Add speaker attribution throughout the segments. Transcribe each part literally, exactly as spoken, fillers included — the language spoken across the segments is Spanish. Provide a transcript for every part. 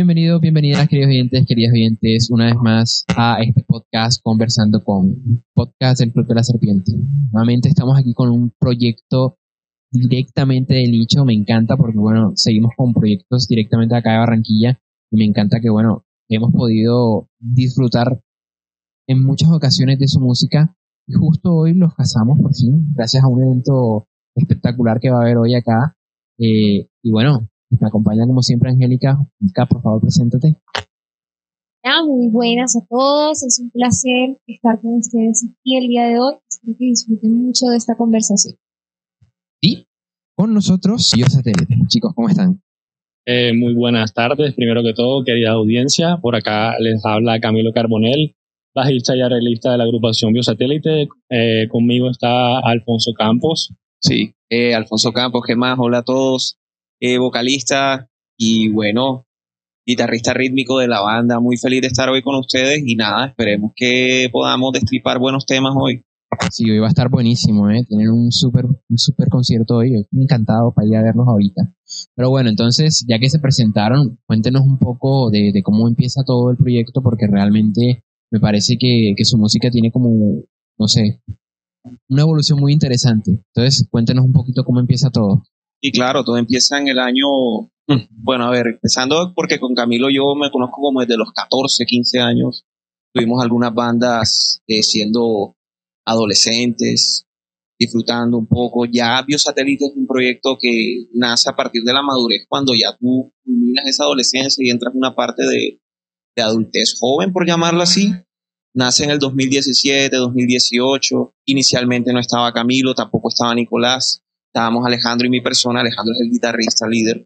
Speaker 1: bienvenidos, bienvenidas, queridos oyentes, queridas oyentes, una vez más a este podcast Conversando con Podcast del Club de la Serpiente. Nuevamente estamos aquí con un proyecto directamente de nicho, me encanta porque, bueno, seguimos con proyectos directamente acá de Barranquilla y me encanta que, bueno, hemos podido disfrutar en muchas ocasiones de su música y justo hoy los casamos por fin, gracias a un evento espectacular que va a haber hoy acá. Eh, y bueno, me acompaña como siempre Angélica. Angélica, por favor, preséntate.
Speaker 2: Hola, muy buenas a todos. Es un placer estar con ustedes aquí el día de hoy. Espero que disfruten mucho de esta conversación.
Speaker 1: Y con nosotros, yo Satélite. Chicos, ¿cómo están?
Speaker 3: Eh, muy buenas tardes, primero que todo, querida audiencia. Por acá les habla Camilo Carbonell, bajista y arreglista de la agrupación Biosatélite. Eh, conmigo está Alfonso Campos.
Speaker 4: Sí, eh, Alfonso Campos, ¿qué más? Hola a todos. Eh, vocalista y bueno, guitarrista rítmico de la banda. Muy feliz de estar hoy con ustedes y nada, esperemos que podamos destripar buenos temas hoy.
Speaker 1: Sí, hoy va a estar buenísimo, ¿eh? Tienen un súper un super concierto hoy. Estoy encantado para ir a verlos ahorita. Pero bueno, entonces, ya que se presentaron, cuéntenos un poco de, de cómo empieza todo el proyecto, porque realmente me parece que, que su música tiene como, no sé, una evolución muy interesante. Entonces, cuéntenos un poquito cómo empieza todo.
Speaker 4: Y claro, todo empieza en el año, bueno, a ver, empezando porque con Camilo yo me conozco como desde los catorce, quince años. Tuvimos algunas bandas eh, siendo adolescentes, disfrutando un poco. Ya Biosatélite es un proyecto que nace a partir de la madurez, cuando ya tú culminas esa adolescencia y entras en una parte de, de adultez joven, por llamarla así. Nace en el dos mil diecisiete, dos mil dieciocho. Inicialmente no estaba Camilo, tampoco estaba Nicolás. Estábamos Alejandro y mi persona. Alejandro es el guitarrista líder.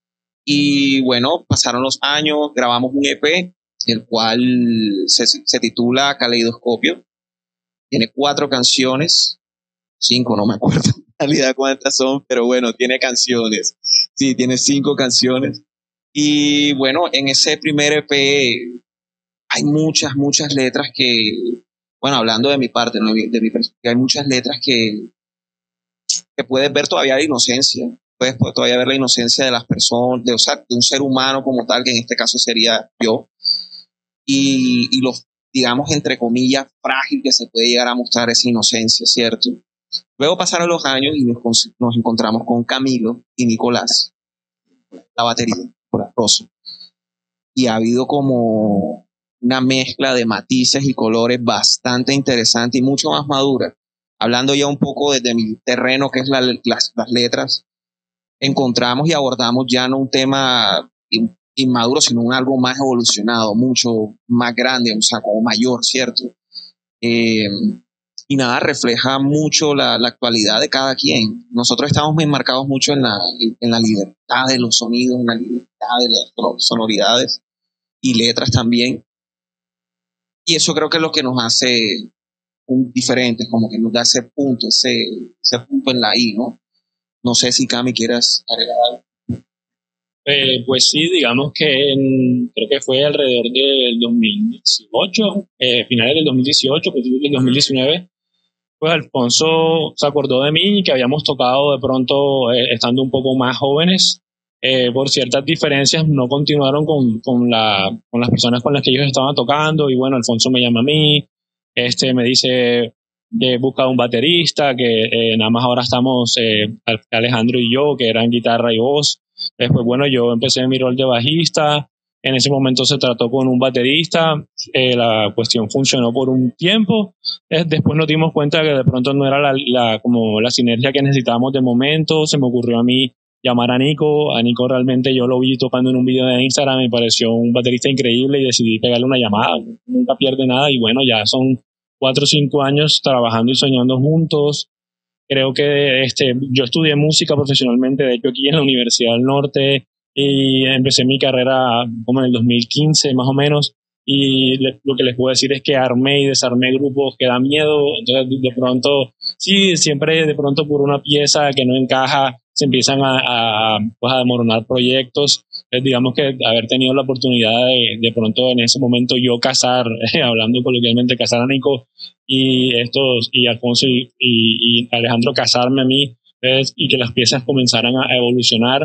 Speaker 4: Y bueno, pasaron los años, grabamos un E P, el cual se, se titula Caleidoscopio. Tiene cuatro canciones, cinco, no me acuerdo en realidad cuántas son, pero bueno, tiene canciones. Sí, tiene cinco canciones. Y bueno, en ese primer E P hay muchas, muchas letras que, bueno, hablando de mi parte, ¿no? de mi perspectiva, hay muchas letras que, que puedes ver todavía la inocencia, puedes todavía ver la inocencia de las personas, de, o sea, de un ser humano como tal, que en este caso sería yo, y, y los, digamos, entre comillas, frágil que se puede llegar a mostrar esa inocencia, ¿cierto? Luego pasaron los años y nos, nos encontramos con Camilo y Nicolás, la batería, por Rosso, y ha habido como una mezcla de matices y colores bastante interesante y mucho más madura. Hablando ya un poco desde mi terreno, que es la, las, las letras, encontramos y abordamos ya no un tema inmaduro, sino un algo más evolucionado, mucho más grande, o sea, como mayor, ¿cierto? Eh, y nada, refleja mucho la, la actualidad de cada quien. Nosotros estamos enmarcados mucho en la, en la libertad de los sonidos, en la libertad de las sonoridades y letras también. Y eso creo que es lo que nos hace un diferentes, como que nos da ese punto, ese, ese punto en la I, ¿no? No sé si Cami quieras agregar algo.
Speaker 3: Eh, pues sí, digamos que en, creo que fue alrededor del dos mil dieciocho, eh, finales del dos mil dieciocho, principios del dos mil diecinueve, pues Alfonso se acordó de mí y que habíamos tocado de pronto, eh, estando un poco más jóvenes. Eh, por ciertas diferencias no continuaron con, con, la, con las personas con las que ellos estaban tocando, y bueno, Alfonso me llama a mí, este, me dice que busca un baterista, que eh, nada más ahora estamos eh, Alejandro y yo, que eran guitarra y voz. Después, bueno, yo empecé mi rol de bajista. En ese momento se trató con un baterista, eh, la cuestión funcionó por un tiempo. Eh, después nos dimos cuenta que de pronto no era la, la, como la sinergia que necesitábamos de momento. Se me ocurrió a mí llamar a Nico. A Nico realmente yo lo vi tocando en un video de Instagram, me pareció un baterista increíble y decidí pegarle una llamada. Nunca pierde nada y bueno, ya son cuatro o cinco años trabajando y soñando juntos. Creo que este, yo estudié música profesionalmente, de hecho aquí en la Universidad del Norte, y empecé mi carrera como en el dos mil quince más o menos, y le, lo que les puedo decir es que armé y desarmé grupos que dan miedo. Entonces de pronto, sí, siempre de pronto por una pieza que no encaja se empiezan a, a, pues a desmoronar proyectos. Entonces, digamos que haber tenido la oportunidad de, de pronto en ese momento yo casar, hablando coloquialmente, casar a Nico y estos, y Alfonso y, y, y Alejandro casarme a mí, ¿ves? Y que las piezas comenzaran a evolucionar.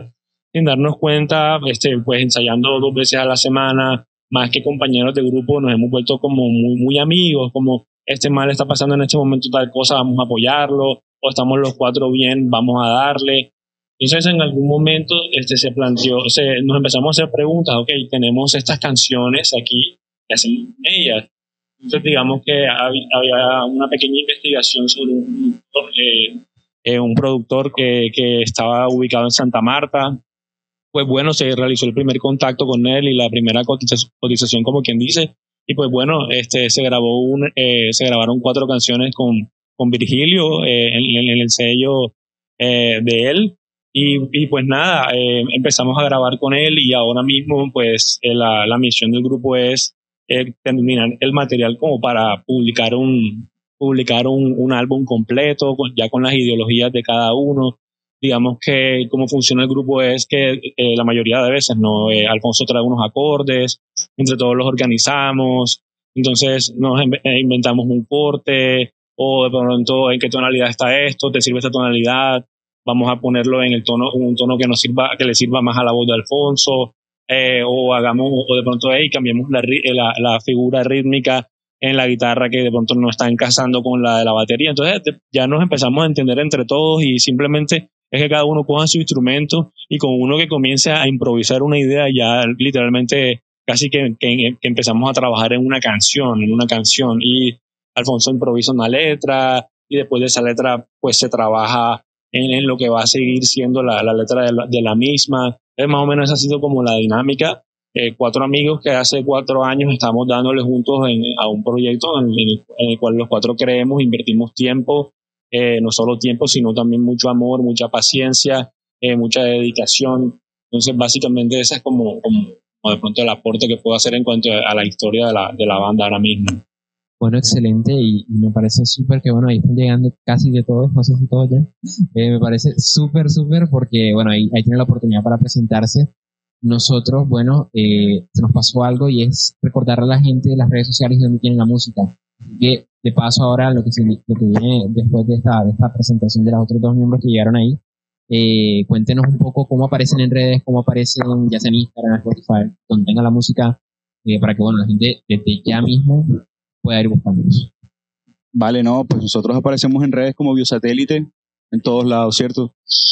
Speaker 3: sin darnos cuenta, este, pues ensayando dos veces a la semana, más que compañeros de grupo, nos hemos vuelto como muy, muy amigos, como este mal está pasando en este momento tal cosa, vamos a apoyarlo, o estamos los cuatro bien, vamos a darle. Entonces en algún momento este, se planteó, se, nos empezamos a hacer preguntas, ok, tenemos estas canciones aquí, ¿qué hacemos con ellas? Entonces digamos que había, había una pequeña investigación sobre un productor, eh, eh, un productor que, que estaba ubicado en Santa Marta. Pues bueno, se realizó el primer contacto con él y la primera cotización, cotización como quien dice, y pues bueno, este, se grabó un, eh, se grabaron cuatro canciones con, con Virgilio eh, en, en el sello eh, de él. Y, y pues nada, eh, empezamos a grabar con él y ahora mismo pues eh, la, la misión del grupo es eh, terminar el material como para publicar un, publicar un, un álbum completo con, ya con las ideologías de cada uno. Digamos que cómo funciona el grupo es que eh, la mayoría de veces no eh, Alfonso trae unos acordes, entre todos los organizamos, entonces nos eh, inventamos un corte o de pronto en qué tonalidad está esto, te sirve esta tonalidad, vamos a ponerlo en el tono, un tono que nos sirva, que le sirva más a la voz de Alfonso, eh, o hagamos, o de pronto hey, cambiemos la, la, la figura rítmica en la guitarra que de pronto no está encajando con la de la batería. Entonces ya nos empezamos a entender entre todos y simplemente es que cada uno coja su instrumento y con uno que comience a improvisar una idea ya literalmente casi que, que, que empezamos a trabajar en una canción, en una canción y Alfonso improvisa una letra y después de esa letra pues se trabaja En, en lo que va a seguir siendo la, la letra de la, de la misma. Es más o menos esa ha sido como la dinámica. Eh, cuatro amigos que hace cuatro años estamos dándole juntos en, a un proyecto en el, en el cual los cuatro creemos, invertimos tiempo, eh, no solo tiempo, sino también mucho amor, mucha paciencia, eh, mucha dedicación. Entonces, básicamente ese es como, como, como de pronto el aporte que puedo hacer en cuanto a la historia de la, de la banda ahora mismo.
Speaker 1: Bueno, excelente y, y me parece súper que, bueno, ahí están llegando casi de todos, no sé si todos ya. Eh, me parece súper, súper porque, bueno, ahí, ahí tiene la oportunidad para presentarse. Nosotros, bueno, eh, se nos pasó algo y es recordarle a la gente de las redes sociales donde tienen la música. Que de paso ahora lo que, se, lo que viene después de esta, de esta presentación de los otros dos miembros que llegaron ahí, eh, cuéntenos un poco cómo aparecen en redes, cómo aparecen ya sea en Instagram, en Spotify, donde tenga la música, eh, para que, bueno, la gente desde ya mismo puede ir buscándonos.
Speaker 5: Vale, no, pues nosotros aparecemos en redes como Biosatélite, en todos lados, ¿cierto?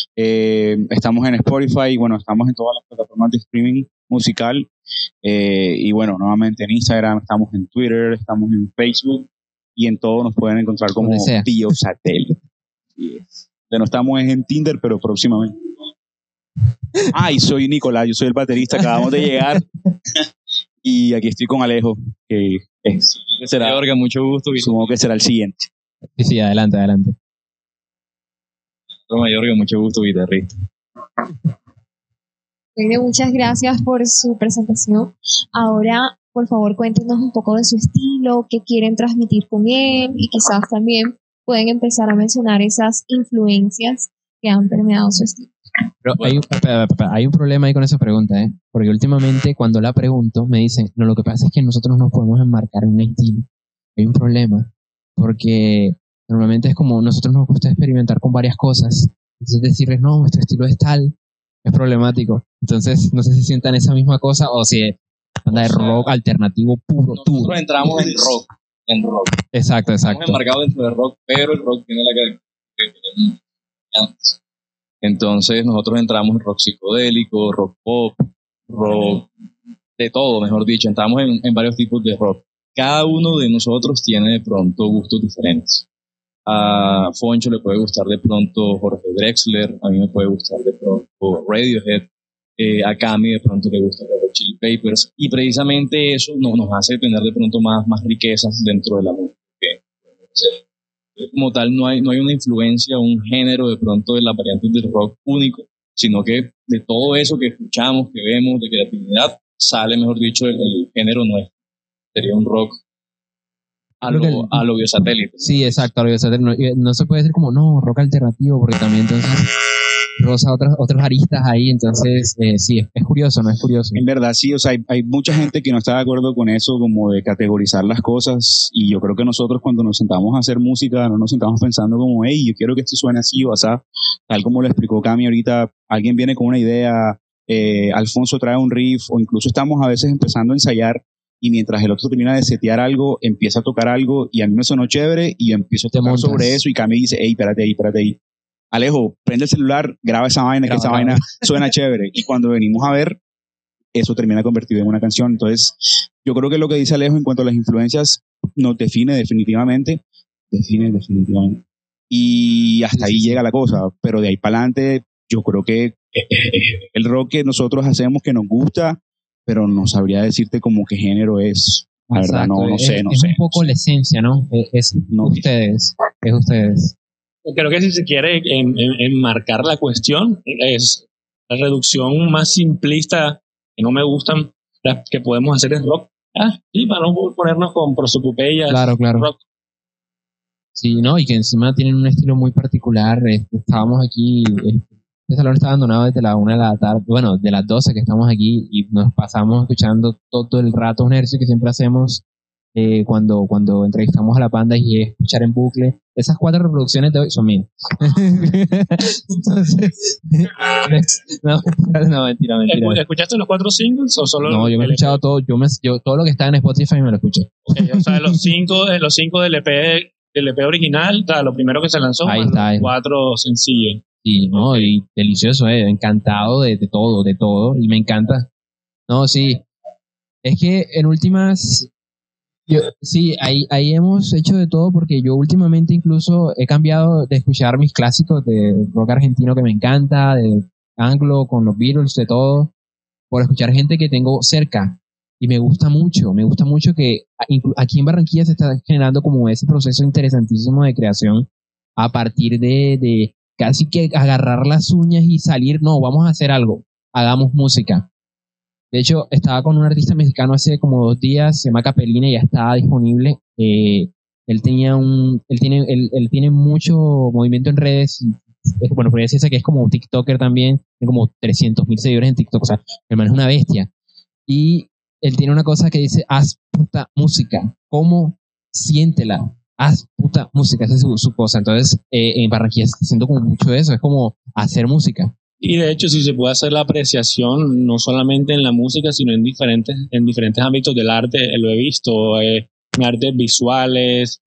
Speaker 5: Eh, estamos en Spotify, y bueno, estamos en todas las plataformas de streaming musical, eh, y bueno, nuevamente en Instagram, estamos en Twitter, estamos en Facebook, y en todo nos pueden encontrar como Biosatélite. Yes. No estamos en Tinder, pero próximamente. Ah, y soy Nicolás, yo soy el baterista, acabamos de llegar. Y aquí estoy con Alejo, que es, que será,
Speaker 6: Orga, mucho gusto.
Speaker 5: Supongo que será el siguiente.
Speaker 1: Sí, sí, adelante, adelante.
Speaker 6: Mayorga, mucho gusto, guitarrista.
Speaker 2: Bueno, muchas gracias por su presentación. Ahora, por favor, cuéntenos un poco de su estilo, qué quieren transmitir con él y quizás también pueden empezar a mencionar esas influencias que han permeado su estilo.
Speaker 1: Pero hay un, hay un problema ahí con esa pregunta, ¿eh? Porque últimamente cuando la pregunto me dicen, no, lo que pasa es que nosotros no nos podemos enmarcar en un estilo. Hay un problema, porque normalmente es como nosotros nos gusta experimentar con varias cosas. Entonces decirles, no, nuestro estilo es tal, es problemático. Entonces no sé si sientan esa misma cosa o si anda de rock alternativo puro,
Speaker 6: Nosotros
Speaker 1: puro.
Speaker 6: entramos en rock, en rock.
Speaker 1: Exacto, exacto.
Speaker 6: Estamos enmarcados dentro del rock, pero el rock tiene la que tenemos antes. Entonces nosotros entramos en rock psicodélico, rock pop, rock de todo, mejor dicho. Entramos en, en varios tipos de rock. Cada uno de nosotros tiene de pronto gustos diferentes. A Foncho le puede gustar de pronto Jorge Drexler, a mí me puede gustar de pronto Radiohead, eh, a Cami de pronto le gusta Red Hot Chili Peppers, y precisamente eso no, nos hace tener de pronto más, más riquezas dentro de la música. Como tal, no hay, no hay una influencia, un género de pronto de las variantes del rock único, sino que de todo eso que escuchamos, que vemos, de creatividad, sale, mejor dicho, el, el género nuestro. Sería un rock a lo, el, a lo Biosatélite.
Speaker 1: Sí, exacto, a lo Biosatélite. No, no se puede decir como, no, rock alternativo, porque también entonces rosa otras, otras aristas ahí, entonces eh, sí, es, es curioso, ¿no? Es curioso.
Speaker 5: En verdad, sí, o sea, hay, hay mucha gente que no está de acuerdo con eso, como de categorizar las cosas, y yo creo que nosotros cuando nos sentamos a hacer música, no nos sentamos pensando como, hey, yo quiero que esto suene así o así, tal como lo explicó Cami ahorita, alguien viene con una idea, eh, Alfonso trae un riff, o incluso estamos a veces empezando a ensayar y mientras el otro termina de setear algo, empieza a tocar algo y a mí me sonó chévere y yo empiezo a
Speaker 1: Te
Speaker 5: tocar
Speaker 1: montas.
Speaker 5: sobre eso y Cami dice, hey, espérate ahí, espérate ahí. Alejo, prende el celular, graba esa vaina,
Speaker 1: Graba,
Speaker 5: que esa
Speaker 1: graba.
Speaker 5: vaina suena chévere. Y cuando venimos a ver, eso termina convertido en una canción. Entonces, yo creo que lo que dice Alejo en cuanto a las influencias nos define definitivamente, define definitivamente. Y hasta
Speaker 1: Sí,
Speaker 5: ahí
Speaker 1: sí,
Speaker 5: llega
Speaker 1: sí.
Speaker 5: la cosa, pero de ahí para adelante, yo creo que el rock que nosotros hacemos que nos gusta, pero no sabría decirte como qué género es. La verdad,
Speaker 1: Exacto,
Speaker 5: no, no
Speaker 1: es,
Speaker 5: sé, no
Speaker 1: es
Speaker 5: sé.
Speaker 1: un poco la esencia, ¿no? Es, es
Speaker 5: No.
Speaker 1: ustedes, es ustedes.
Speaker 3: Creo que si se quiere en- en- enmarcar la cuestión, es la reducción más simplista que no me gustan, la que podemos hacer es rock. Ah, sí, para no ponernos con prosopopeyas.
Speaker 1: Claro, claro.
Speaker 3: Rock.
Speaker 1: Sí, ¿no? Y que encima tienen un estilo muy particular. Este, estábamos aquí, este, este salón está abandonado desde la una de la tarde, bueno, de las doce que estamos aquí y nos pasamos escuchando todo el rato un ejercicio que siempre hacemos eh, cuando, cuando entrevistamos a la banda y es escuchar en bucle. Esas cuatro reproducciones de hoy son mías. Entonces, no, no, mentira, mentira.
Speaker 3: Escu- ¿Escuchaste los cuatro singles o solo
Speaker 1: No, yo me he
Speaker 3: el E P?
Speaker 1: escuchado todo, yo me, yo, todo lo que está en Spotify me lo escuché.
Speaker 3: Ok, o sea, los cinco, eh, los cinco del E P, del E P original, o sea, lo primero que se lanzó,
Speaker 1: Ahí
Speaker 3: más
Speaker 1: está,
Speaker 3: los
Speaker 1: ahí.
Speaker 3: cuatro sencillos.
Speaker 1: Y no,
Speaker 3: Ok.
Speaker 1: y delicioso, eh, encantado de, de todo, de todo, y me encanta. No, sí, es que en últimas, yo, sí, ahí, ahí hemos hecho de todo porque yo últimamente incluso he cambiado de escuchar mis clásicos de rock argentino que me encanta, de anglo, con los Beatles, de todo, por escuchar gente que tengo cerca. Y me gusta mucho, me gusta mucho que a- inclu- aquí en Barranquilla se está generando como ese proceso interesantísimo de creación a partir de, de casi que agarrar las uñas y salir, no, vamos a hacer algo, hagamos música. De hecho, estaba con un artista mexicano hace como dos días, se llama Capelina y ya estaba disponible. Eh, él tenía un, él tiene, él, él tiene mucho movimiento en redes. y, eh, Bueno, podría decirse que es como un TikToker también, tiene como trescientos mil seguidores en TikTok, o sea, el man es una bestia. Y él tiene una cosa que dice, haz puta música, ¿cómo? Siéntela, haz puta música, esa es su, su cosa. Entonces, eh, en Barranquilla se está haciendo como mucho de eso, es como hacer música.
Speaker 3: Y de hecho, si se puede hacer la apreciación, no solamente en la música, sino en diferentes, en diferentes ámbitos del arte, eh, lo he visto, eh, en artes visuales,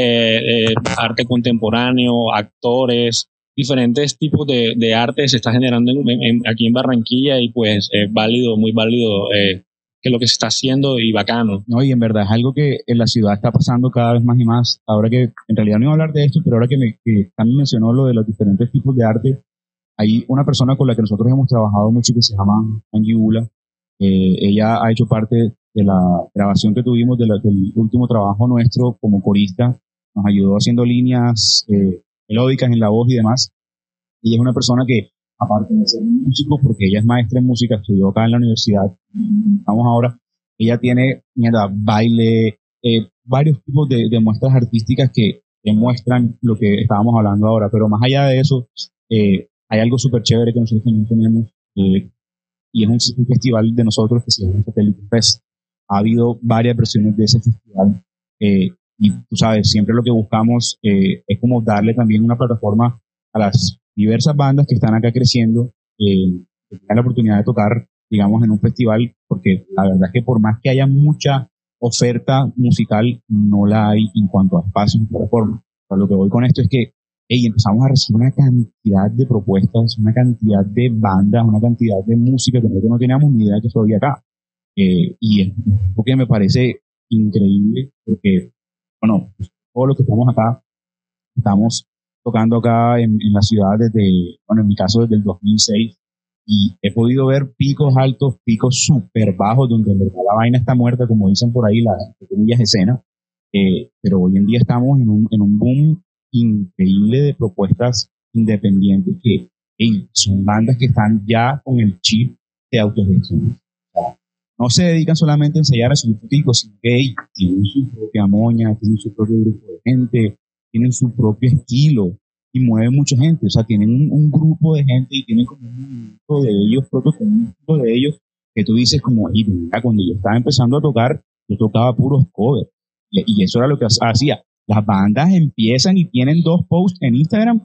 Speaker 3: eh, eh, arte contemporáneo, actores, diferentes tipos de, de arte se está generando en, en, aquí en Barranquilla y pues es válido, muy válido eh, que lo que se está haciendo y bacano.
Speaker 5: No, y en verdad es algo que en la ciudad está pasando cada vez más y más. Ahora que, en realidad no iba a hablar de esto, pero ahora que, me, que también mencionó lo de los diferentes tipos de arte, hay una persona con la que nosotros hemos trabajado mucho que se llama Angie Ula. Eh, ella ha hecho parte de la grabación que tuvimos de la, del último trabajo nuestro como corista. Nos ayudó haciendo líneas eh, melódicas en la voz y demás. Ella es una persona que, aparte de ser músico, porque ella es maestra en música, estudió acá en la universidad, vamos ahora, ella tiene, mierda, baile, eh, varios tipos de, de muestras artísticas que demuestran lo que estábamos hablando ahora. Pero más allá de eso, eh, hay algo súper chévere que nosotros también tenemos, eh, y es un, un festival de nosotros que se llama Satellite Fest. Ha habido varias versiones de ese festival, eh, y tú sabes, siempre lo que buscamos eh, es como darle también una plataforma a las diversas bandas que están acá creciendo, eh, que tengan la oportunidad de tocar, digamos, en un festival, porque la verdad es que por más que haya mucha oferta musical, no la hay en cuanto a espacios y plataformas. Pero lo que voy con esto es que hey, empezamos a recibir una cantidad de propuestas, una cantidad de bandas, una cantidad de música que nosotros no teníamos ni idea que eso había acá. Eh, y es algo que me parece increíble, porque, bueno, todos los que estamos acá, estamos tocando acá en, en la ciudad desde, bueno, en mi caso desde el dos mil seis, y he podido ver picos altos, picos súper bajos, donde en verdad la vaina está muerta, como dicen por ahí las pequeñas escenas, eh, pero hoy en día estamos en un, en un boom increíble de propuestas independientes que hey, son bandas que están ya con el chip de autogestión. O sea, no se dedican solamente a ensayar a sus picos, sino que hey, tienen su propia moña, tienen su propio grupo de gente, tienen su propio estilo y mueven mucha gente. O sea, tienen un, un grupo de gente y tienen como un grupo de ellos propios, como un grupo de ellos que tú dices como, hey, mira, cuando yo estaba empezando a tocar, yo tocaba puros covers y, y eso era lo que hacía. Las bandas empiezan y tienen dos posts en Instagram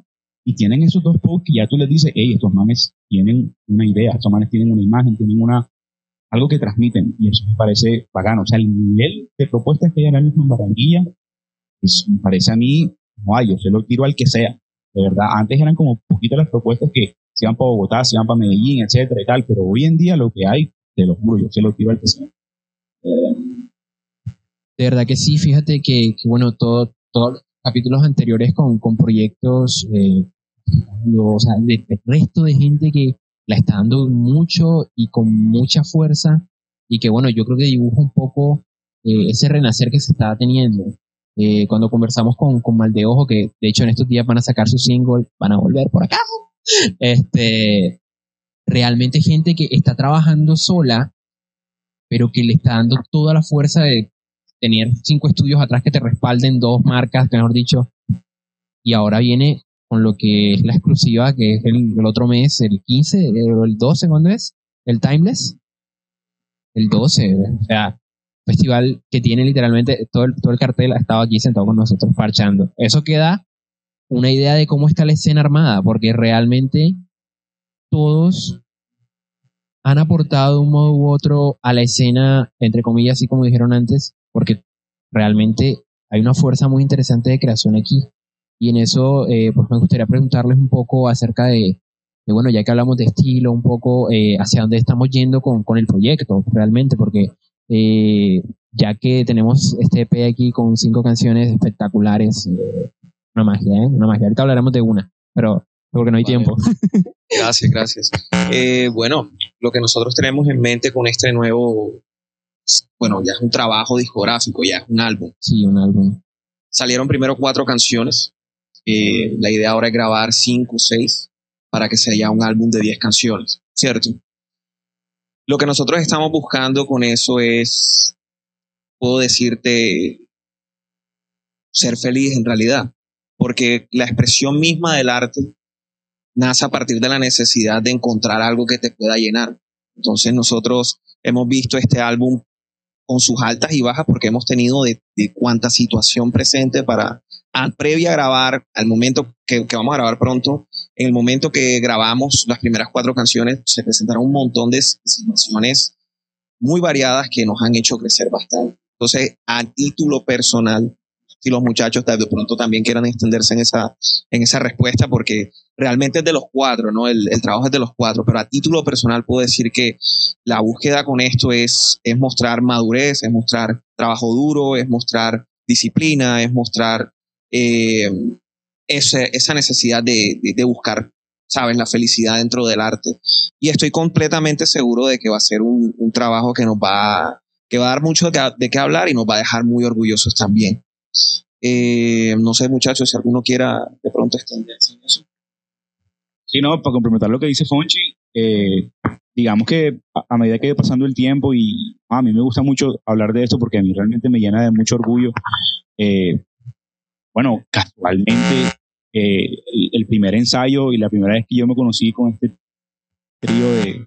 Speaker 5: y tienen esos dos posts que ya tú les dices, hey, estos manes tienen una idea, estos manes tienen una imagen, tienen una algo que transmiten, y eso me parece bacano. O sea, el nivel de propuestas que hay ahora mismo en Barranquilla, es, me parece a mí, no hay, yo se lo tiro al que sea, de verdad. Antes eran como poquitas las propuestas que se iban para Bogotá, se iban para Medellín, etcétera y tal, pero hoy en día lo que hay, te lo juro, yo se lo tiro al que sea.
Speaker 1: De verdad que sí, fíjate que, que bueno, todo, todos los capítulos anteriores con, con proyectos, eh, o sea, el resto de gente que la está dando mucho y con mucha fuerza, y que bueno, yo creo que dibuja un poco eh, ese renacer que se está teniendo. Eh, cuando conversamos con, con Mal de Ojo, que de hecho en estos días van a sacar su single, van a volver por acá, este, realmente gente que está trabajando sola, pero que le está dando toda la fuerza de tener cinco estudios atrás que te respalden, dos marcas, mejor dicho, y ahora viene con lo que es la exclusiva, que es el, el otro mes, el quince, el, el doce, ¿cuándo es? El Timeless, el doce, o sea, festival que tiene literalmente todo el, todo el cartel, ha estado aquí sentado con nosotros parchando. Eso que da una idea de cómo está la escena armada, porque realmente todos han aportado de un modo u otro a la escena, entre comillas, así como dijeron antes, porque realmente hay una fuerza muy interesante de creación aquí. Y en eso, eh, pues me gustaría preguntarles un poco acerca de, de bueno, ya que hablamos de estilo, un poco eh, hacia dónde estamos yendo con, con el proyecto, realmente, porque eh, ya que tenemos este E P aquí con cinco canciones espectaculares, eh, una magia, ¿eh? Una magia. Ahorita hablaremos de una, pero porque no hay
Speaker 4: Vale.
Speaker 1: tiempo.
Speaker 4: Gracias, gracias. Eh, bueno, lo que nosotros tenemos en mente con este nuevo, bueno, ya es un trabajo discográfico, ya es un álbum.
Speaker 1: Sí, un álbum.
Speaker 4: Salieron primero cuatro canciones. Eh, la idea ahora es grabar cinco o seis para que sea un álbum de diez canciones, ¿cierto? Lo que nosotros estamos buscando con eso es, puedo decirte, ser feliz en realidad, porque la expresión misma del arte nace a partir de la necesidad de encontrar algo que te pueda llenar. Entonces nosotros hemos visto este álbum con sus altas y bajas porque hemos tenido de, de cuánta situación presente para, a, previa a grabar, al momento que, que vamos a grabar pronto, en el momento que grabamos las primeras cuatro canciones, se presentaron un montón de situaciones muy variadas que nos han hecho crecer bastante. Entonces, a título personal, si los muchachos de pronto también quieran extenderse en esa, en esa respuesta, porque realmente es de los cuatro, ¿no? El, el trabajo es de los cuatro, pero a título personal puedo decir que la búsqueda con esto es, es mostrar madurez, es mostrar trabajo duro, es mostrar disciplina, es mostrar eh, ese, esa necesidad de, de, de buscar, ¿sabes?, la felicidad dentro del arte. Y estoy completamente seguro de que va a ser un, un trabajo que nos va, que va a dar mucho de, de qué hablar y nos va a dejar muy orgullosos también. Eh, no sé, muchachos, si alguno quiera de pronto extenderse en eso.
Speaker 5: Sí, no, para complementar lo que dice Fonchi, eh, digamos que a, a medida que va pasando el tiempo, y a mí me gusta mucho hablar de esto porque a mí realmente me llena de mucho orgullo. Eh, bueno, casualmente, eh, el, el primer ensayo y la primera vez que yo me conocí con este trío de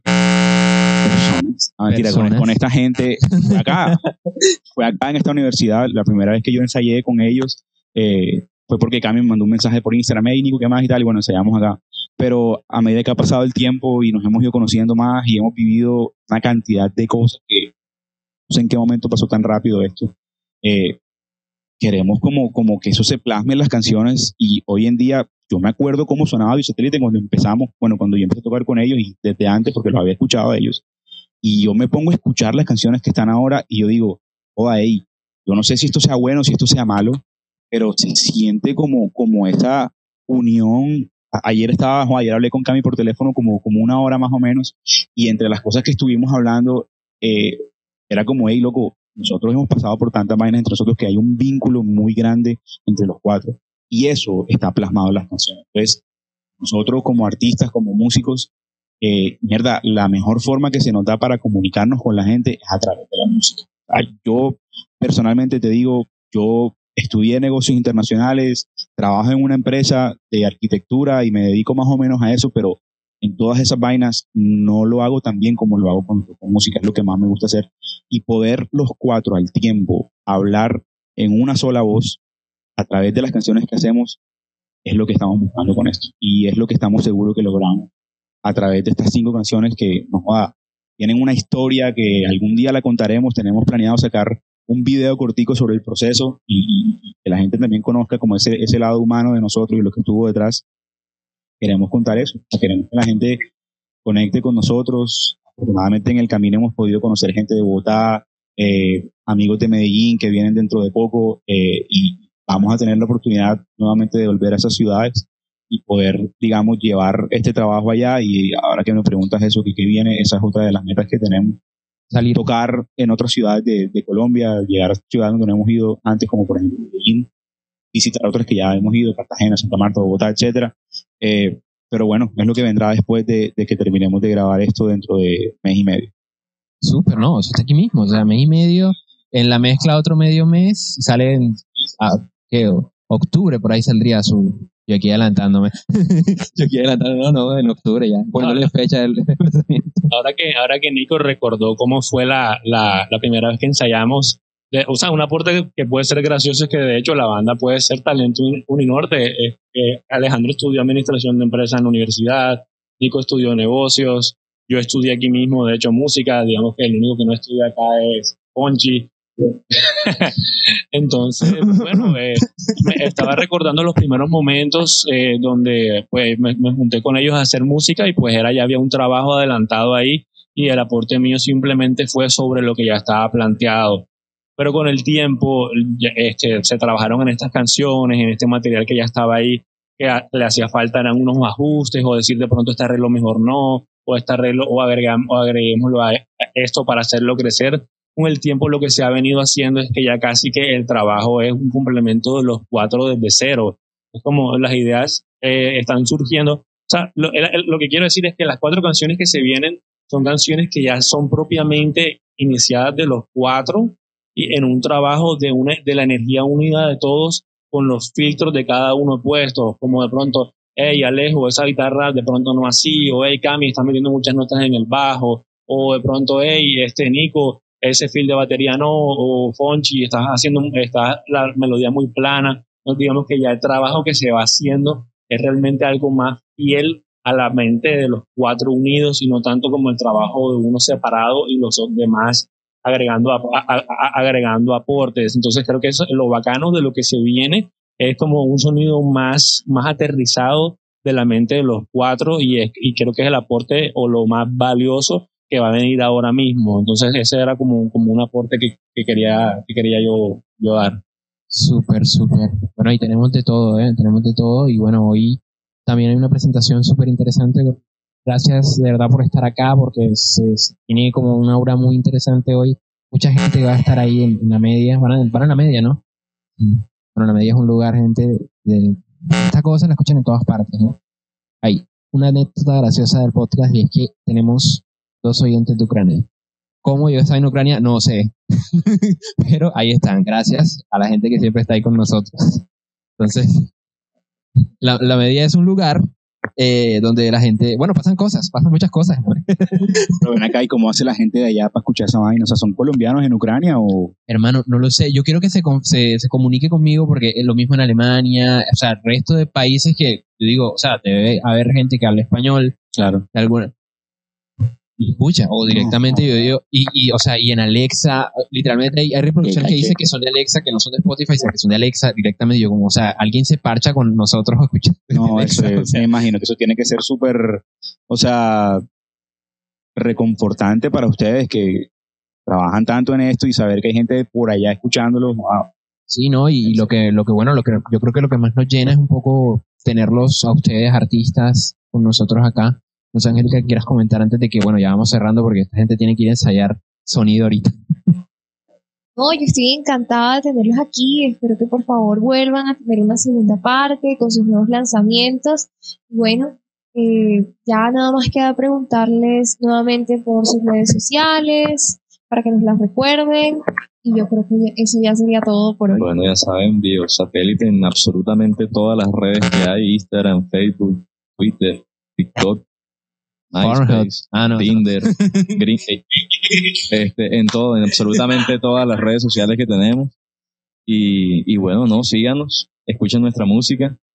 Speaker 5: personas, ah, mentira, con, con esta gente, fue acá, fue acá en esta universidad, la primera vez que yo ensayé con ellos, eh, fue porque Cami me mandó un mensaje por Instagram, hey Nico, ¿qué más? Y tal, y bueno, ensayamos acá. Pero a medida que ha pasado el tiempo y nos hemos ido conociendo más y hemos vivido una cantidad de cosas que no sé en qué momento pasó tan rápido esto, eh, queremos como, como que eso se plasme en las canciones. Y hoy en día yo me acuerdo cómo sonaba Biosatélite cuando empezamos, bueno, cuando yo empecé a tocar con ellos y desde antes porque los había escuchado a ellos, y yo me pongo a escuchar las canciones que están ahora y yo digo, joda, hey, yo no sé si esto sea bueno, si esto sea malo, pero se siente como, como esa unión. Ayer estaba, ayer hablé con Cami por teléfono como, como una hora más o menos, y entre las cosas que estuvimos hablando, eh, era como, hey, loco, nosotros hemos pasado por tantas vainas entre nosotros que hay un vínculo muy grande entre los cuatro, y eso está plasmado en las canciones. Entonces, nosotros como artistas, como músicos, eh, mierda, la mejor forma que se nos da para comunicarnos con la gente es a través de la música. Yo personalmente te digo, yo estudié negocios internacionales, trabajo en una empresa de arquitectura y me dedico más o menos a eso, pero en todas esas vainas no lo hago tan bien como lo hago con, con música, es lo que más me gusta hacer. Y poder los cuatro al tiempo hablar en una sola voz a través de las canciones que hacemos, es lo que estamos buscando con esto. Y es lo que estamos seguros que logramos a través de estas cinco canciones que nos va, tienen una historia que algún día la contaremos. Tenemos planeado sacar un video cortico sobre el proceso y, y que la gente también conozca como ese, ese lado humano de nosotros y lo que estuvo detrás. Queremos contar eso, queremos que la gente conecte con nosotros. Afortunadamente en el camino hemos podido conocer gente de Bogotá, eh, amigos de Medellín que vienen dentro de poco, eh, y vamos a tener la oportunidad nuevamente de volver a esas ciudades y poder, digamos, llevar este trabajo allá. Y ahora que me preguntas eso, que qué viene, esa es otra de las metas que tenemos. Salir, tocar en otras ciudades de, de Colombia, llegar a ciudades donde no hemos ido antes, como por ejemplo Medellín, visitar otras que ya hemos ido, Cartagena, Santa Marta, Bogotá, etcétera. Eh, pero bueno, es lo que vendrá después de, de que terminemos de grabar esto dentro de mes y medio.
Speaker 1: Súper, no, eso está aquí mismo, o sea, mes y medio, en la mezcla otro medio mes, sale en a, ¿qué? Octubre, por ahí saldría su... Yo aquí adelantándome. Yo aquí adelantándome, no, no, en octubre ya, poniéndole fecha del lanzamiento.
Speaker 3: Ahora que, ahora que Nico recordó cómo fue la, la, la primera vez que ensayamos, de, o sea, un aporte que, que puede ser gracioso es que de hecho la banda puede ser Talento Uninorte. Eh, eh, Alejandro estudió administración de empresas en la universidad, Nico estudió negocios, yo estudié aquí mismo, de hecho música, digamos que el único que no estudia acá es Ponchi. Entonces, bueno, eh, me estaba recordando los primeros momentos eh, donde pues me, me junté con ellos a hacer música y pues era ya había un trabajo adelantado ahí y el aporte mío simplemente fue sobre lo que ya estaba planteado. Pero con el tiempo este, se trabajaron en estas canciones, en este material que ya estaba ahí, que a, le hacía falta eran unos ajustes o decir de pronto este arreglo mejor no, o este arreglo o, agregam, o agreguémoslo a esto para hacerlo crecer. Con el tiempo lo que se ha venido haciendo es que ya casi que el trabajo es un complemento de los cuatro desde cero. Es como las ideas eh, están surgiendo. O sea, lo, el, lo que quiero decir es que las cuatro canciones que se vienen son canciones que ya son propiamente iniciadas de los cuatro y en un trabajo de, una, de la energía unida de todos con los filtros de cada uno puestos, como de pronto, hey Alejo, esa guitarra de pronto no así, o hey Cami, estás metiendo muchas notas en el bajo, o de pronto, hey este Nico, ese feel de batería no, o Fonchi, estás haciendo estás la melodía muy plana. Entonces, digamos que ya el trabajo que se va haciendo es realmente algo más fiel a la mente de los cuatro unidos y no tanto como el trabajo de uno separado y los demás agregando, a, a, a, agregando aportes. Entonces creo que eso, lo bacano de lo que se viene es como un sonido más, más aterrizado de la mente de los cuatro y, es, y creo que es el aporte o lo más valioso que va a venir ahora mismo. Entonces ese era como, como un aporte que, que quería, que quería yo, yo dar.
Speaker 1: Súper, súper. Bueno, ahí tenemos de todo, ¿eh? Tenemos de todo y bueno, hoy también hay una presentación súper interesante. Gracias de verdad por estar acá porque se, se tiene como una aura muy interesante hoy. Mucha gente va a estar ahí en, en la media, van a, van a la media, ¿no? Sí. Bueno, la media es un lugar, gente, de esta cosa la escuchan en todas partes, ¿no? Hay una anécdota graciosa del podcast y es que tenemos dos oyentes de Ucrania. ¿Cómo yo estaba en Ucrania? No sé. Pero ahí están, gracias a la gente que siempre está ahí con nosotros. Entonces, la, la media es un lugar eh, donde la gente, bueno, pasan cosas, pasan muchas cosas, ¿no?
Speaker 5: Pero ven acá, ¿y cómo hace la gente de allá para escuchar esa vaina? O sea, ¿son colombianos en Ucrania o...?
Speaker 1: Hermano, no lo sé. Yo quiero que se, se, se comunique conmigo porque es lo mismo en Alemania, o sea, el resto de países que, yo digo, o sea, debe haber gente que habla español.
Speaker 5: Claro.
Speaker 1: De alguna... Y escucha, o directamente no, no, yo digo, y, y, o sea, y en Alexa, literalmente hay, hay reproducciones que dice que son de Alexa, que no son de Spotify, sino que son de Alexa directamente. Yo como, o sea, alguien se parcha con nosotros escuchando.
Speaker 5: No, eso es, o sea, me imagino que eso tiene que ser súper, o sea, reconfortante para ustedes que trabajan tanto en esto y saber que hay gente por allá escuchándolo. Wow.
Speaker 1: Sí, no, y, y lo que, lo que bueno, lo que yo creo que lo que más nos llena es un poco tenerlos a ustedes, artistas, con nosotros acá. No sé, Angélica, ¿qué quieras comentar antes de que, bueno, ya vamos cerrando porque esta gente tiene que ir a ensayar sonido ahorita?
Speaker 2: No, yo estoy encantada de tenerlos aquí. Espero que por favor vuelvan a tener una segunda parte con sus nuevos lanzamientos. Bueno, eh, ya nada más queda preguntarles nuevamente por sus redes sociales para que nos las recuerden. Y yo creo que eso ya sería todo por hoy.
Speaker 6: Bueno, ya saben, Biosatélite en absolutamente todas las redes que hay: Instagram, Facebook, Twitter, TikTok, MySpace, ah, no, Tinder, no. Green, este, en todo, en absolutamente todas las redes sociales que tenemos. Y, y bueno, no, síganos, escuchen nuestra música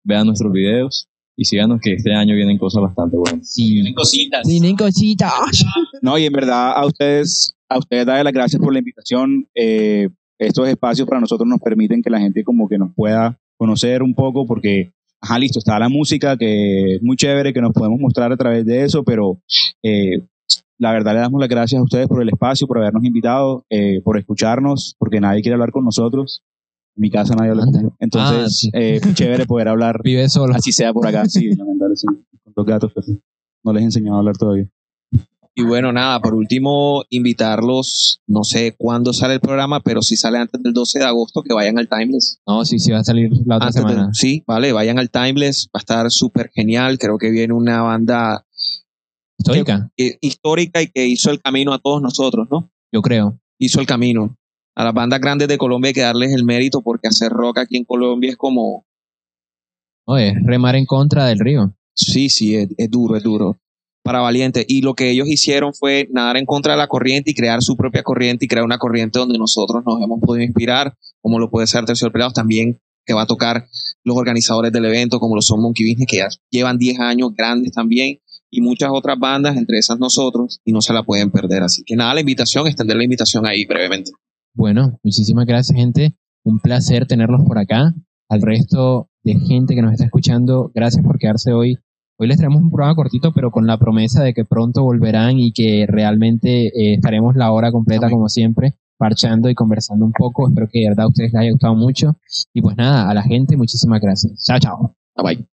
Speaker 6: vean nuestros videos y síganos que este año vienen cosas bastante buenas.
Speaker 1: Sí.
Speaker 4: Vienen cositas.
Speaker 1: Tienen cositas.
Speaker 5: No, y en verdad a ustedes, a ustedes darles las gracias por la invitación. Eh, estos espacios para nosotros nos permiten que la gente como que nos pueda conocer un poco porque, ajá, listo, está la música que es muy chévere, que nos podemos mostrar a través de eso, pero eh, la verdad le damos las gracias a ustedes por el espacio, por habernos invitado, eh, por escucharnos, porque nadie quiere hablar con nosotros. En mi casa nadie habla conmigo. Entonces,
Speaker 1: Ah, sí.
Speaker 5: eh, chévere poder hablar,
Speaker 1: Vive solo.
Speaker 5: así sea por acá. Sí, lamentable, sí. Con los gatos, pues, no les he enseñado a hablar todavía.
Speaker 4: Y bueno, nada, por último, invitarlos, no sé cuándo sale el programa, pero si sale antes del doce de agosto, que vayan al Timeless.
Speaker 1: No, sí, sí va a salir la otra
Speaker 4: Antes de-
Speaker 1: semana.
Speaker 4: sí, vale, vayan al Timeless, va a estar súper genial. Creo que viene una banda
Speaker 1: Histórica,
Speaker 4: eh, histórica y que hizo el camino a todos nosotros, ¿no?
Speaker 1: yo creo.
Speaker 4: Hizo el camino. A las bandas grandes de Colombia hay que darles el mérito porque hacer rock aquí en Colombia es como,
Speaker 1: Oye, remar en contra del río.
Speaker 4: sí, sí, es, es duro, es duro. Para valientes. Y lo que ellos hicieron fue nadar en contra de la corriente y crear su propia corriente y crear una corriente donde nosotros nos hemos podido inspirar, como lo puede ser Terciopelados también, que va a tocar los organizadores del evento, como lo son Monkey Business, que ya llevan diez años grandes también, y muchas otras bandas, entre esas nosotros, y no se la pueden perder. Así que nada, la invitación, extender la invitación ahí brevemente.
Speaker 1: Bueno, muchísimas gracias, gente. Un placer tenerlos por acá. Al resto de gente que nos está escuchando, gracias por quedarse hoy. Hoy les traemos un programa cortito, pero con la promesa de que pronto volverán y que realmente eh, estaremos la hora completa,
Speaker 4: Amén.
Speaker 1: como siempre, parchando y conversando un poco. Espero que de verdad a ustedes les haya gustado mucho. Y pues nada, a la gente, muchísimas gracias. Chao, chao.
Speaker 4: Bye bye.